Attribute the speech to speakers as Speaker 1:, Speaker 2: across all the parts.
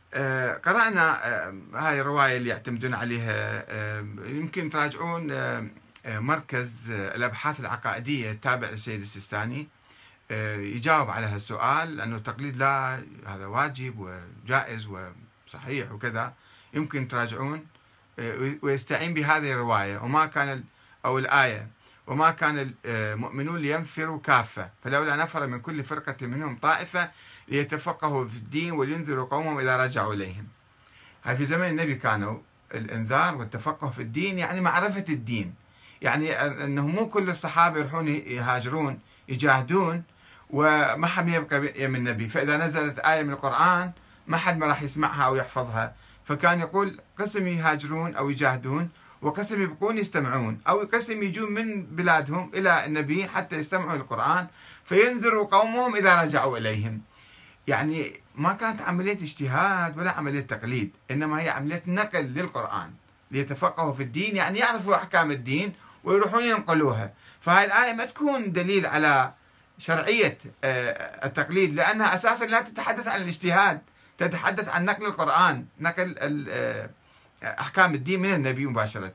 Speaker 1: قرأنا هاي الرواية اللي يعتمدون عليها. يمكن تراجعون مركز الأبحاث العقائدية التابع للسيد السيستاني، يجاوب على هالسؤال، لأنه التقليد لا، هذا واجب وجائز وصحيح وكذا. يمكن تراجعون. ويستعين بهذه الرواية وما كان أو الآية: وما كان المؤمنون لينفروا كافة فلولا نفر من كل فرقة منهم طائفة ليتفقهوا في الدين ولينذروا قومهم إذا رجعوا إليهم. هاي في زمن النبي كانوا الإنذار والتفقه في الدين يعني معرفة الدين، يعني أنه مو كل الصحابة يروحون يهاجرون يجاهدون وما حد يبقى يم النبي، فإذا نزلت آية من القرآن ما حد ما راح يسمعها أو يحفظها، فكان يقول قسم يهاجرون أو يجاهدون وقسم يبقون يستمعون، أو قسم يجون من بلادهم إلى النبي حتى يستمعوا للقرآن فينذروا قومهم إذا رجعوا إليهم. يعني ما كانت عملية اجتهاد ولا عملية تقليد، إنما هي عملية نقل للقرآن ليتفقهوا في الدين، يعني يعرفوا أحكام الدين ويروحون ينقلوها. فهاي الآية ما تكون دليل على شرعية التقليد، لأنها أساسا لا تتحدث عن الاجتهاد، تتحدث عن نقل القرآن، نقل أحكام الدين من النبي مباشرة.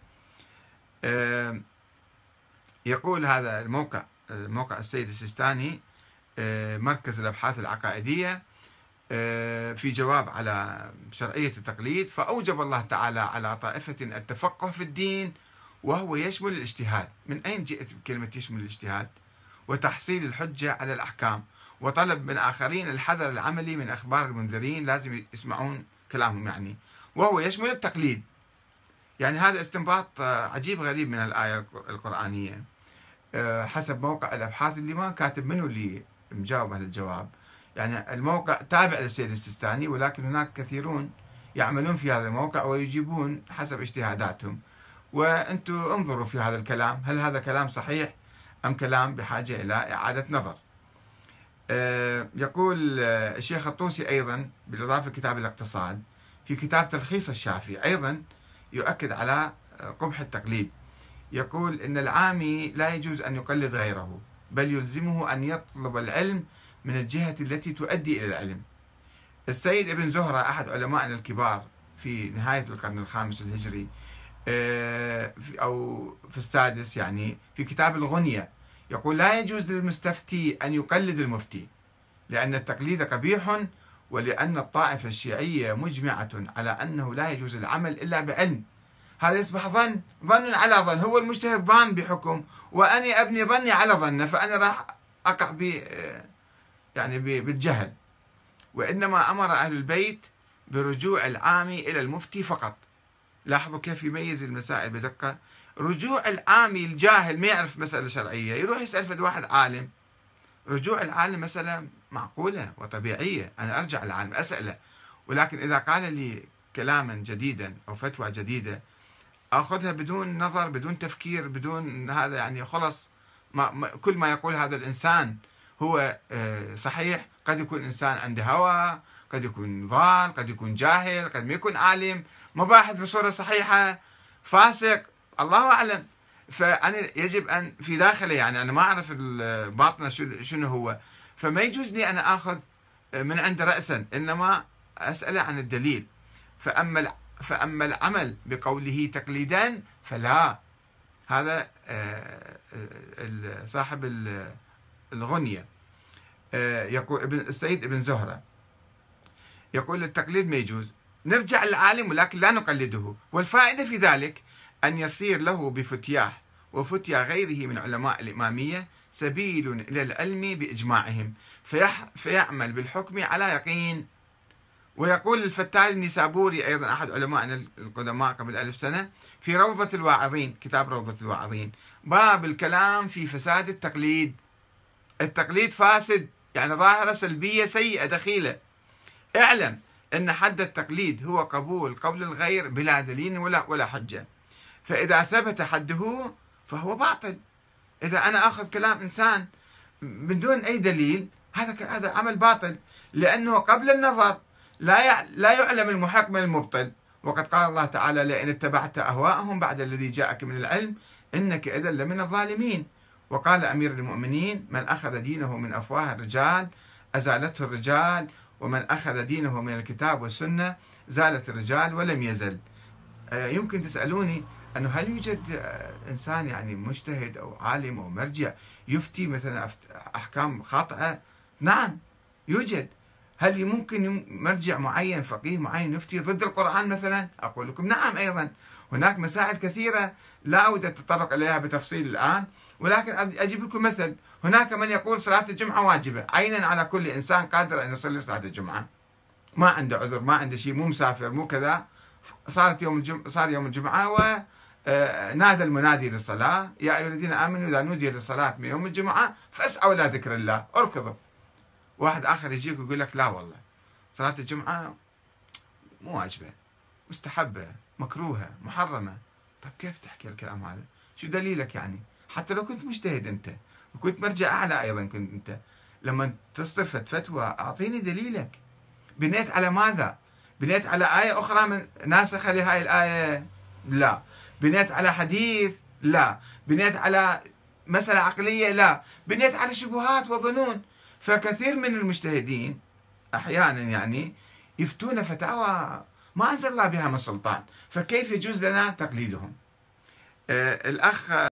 Speaker 1: يقول هذا الموقع، موقع السيد السيستاني، مركز الأبحاث العقائدية، في جواب على شرعية التقليد: فأوجب الله تعالى على طائفة التفقه في الدين وهو يشمل الاجتهاد. من أين جئت بكلمة يشمل الاجتهاد؟ وتحصيل الحجة على الأحكام، وطلب من آخرين الحذر العملي من أخبار المنذرين، لازم يسمعون كلامهم يعني. وهو يشمل التقليد. يعني هذا استنباط عجيب غريب من الآية القرآنية حسب موقع الأبحاث اللي ما كاتب منه اللي مجاوب على الجواب. يعني الموقع تابع للسيد السيستاني، ولكن هناك كثيرون يعملون في هذا الموقع ويجيبون حسب اجتهاداتهم. وأنتم انظروا في هذا الكلام، هل هذا كلام صحيح أم كلام بحاجة إلى إعادة نظر. يقول الشيخ الطوسي أيضا بالإضافة لكتاب الاقتصاد، في كتاب تلخيص الشافي أيضا يؤكد على قبح التقليد. يقول إن العامي لا يجوز أن يقلد غيره، بل يلزمه أن يطلب العلم من الجهة التي تؤدي إلى العلم. السيد ابن زهرة أحد علمائنا الكبار في نهاية القرن الخامس الهجري أو في السادس، يعني في كتاب الغنية، يقول: لا يجوز للمستفتي أن يقلد المفتي، لأن التقليد قبيح، ولأن الطائفة الشيعية مجمعة على أنه لا يجوز العمل إلا بعلم. هذا يصبح ظن على ظن، هو المجتهد ظان بحكم وأنا أبني ظني على ظنه، فأنا راح أقع يعني بالجهل. وإنما أمر أهل البيت برجوع العامي إلى المفتي فقط. لاحظوا كيف يميز المسائل بدقة. رجوع العامي الجاهل ما يعرف مسألة شرعية يروح يسأل فد واحد عالم. رجوع العالم مسألة معقولة وطبيعية، أنا أرجع للعالم أسأله. ولكن إذا قال لي كلاما جديدا أو فتوى جديدة أخذها بدون نظر، بدون تفكير، بدون هذا، يعني خلص كل ما يقول هذا الإنسان هو صحيح. قد يكون إنسان عنده هوى، قد يكون ضال، قد يكون جاهل، قد ما يكون عالم، مباحث بصورة صحيحة، فاسق، الله أعلم. فأنا يجب أن في داخله، يعني أنا ما أعرف الباطنة شنو هو، فما يجوز لي أنا أخذ من عنده رأسا، إنما أسأله عن الدليل. فأما العمل بقوله تقليدا فلا. هذا صاحب الغنية يقول السيد ابن زهرة يقول: التقليد ما يجوز، نرجع للعالم ولكن لا نقلده. والفائدة في ذلك أن يصير له بفتياه وفتيا غيره من علماء الإمامية سبيل إلى العلم بإجماعهم، فيعمل بالحكم على يقين. ويقول الفتال النسابوري أيضا أحد علمائنا القدماء قبل 1000 سنة في روضة الواعظين، كتاب روضة الواعظين: باب الكلام في فساد التقليد. التقليد فاسد، يعني ظاهرة سلبية سيئة دخيلة. اعلم أن حد التقليد هو قبول قول الغير بلا دليل ولا حجة، فإذا ثبت حده فهو باطل. إذا أنا أخذ كلام إنسان بدون أي دليل، هذا عمل باطل، لأنه قبل النظر لا يعلم المحق من المبطل. وقد قال الله تعالى: لئن اتبعت أهواءهم بعد الذي جاءك من العلم إنك إذا لمن الظالمين. وقال أمير المؤمنين: من أخذ دينه من أفواه الرجال أزالته الرجال ومن أخذ دينه من الكتاب والسنة زالت الرجال ولم يزل. يمكن تسألوني أنه هل يوجد إنسان يعني مجتهد أو عالم أو مرجع يفتي مثلا أحكام خاطئة؟ نعم يوجد. هل ممكن مرجع معين فقيه معين يفتي ضد القرآن مثلا؟ أقول لكم نعم أيضا. هناك مسائل كثيرة لا أود أتطرق إليها بتفصيل الآن، ولكن أجيب لكم مثل. هناك من يقول صلاة الجمعة واجبة عينا على كل إنسان قادر أن يصلي صلاة الجمعة، ما عنده عذر، ما عنده شيء، مو مسافر مو كذا، صار يوم الجمعة ونادى المنادي للصلاة: يا أيها الذين آمنوا إذا نودي للصلاة من يوم الجمعة فاسعوا إلى ذكر الله، اركضوا. واحد آخر يجيك ويقول لك لا والله صلاة الجمعة مو واجبة، مستحبة، مكروهة، محرمة. طيب كيف تحكي الكلام هذا؟ شو دليلك يعني؟ حتى لو كنت مجتهد أنت وكنت مرجع أعلى أيضا، كنت أنت لما تصدر فتوى أعطيني دليلك. بنيت على ماذا؟ بنيت على آية أخرى من ناسخة لهذه الآية؟ لا. بنيت على حديث؟ لا. بنيت على مسألة عقلية؟ لا. بنيت على شبهات وظنون. فكثير من المجتهدين أحيانا يعني يفتون فتاوى ما أنزل الله بها من سلطان، فكيف يجوز لنا تقليدهم؟ الأخ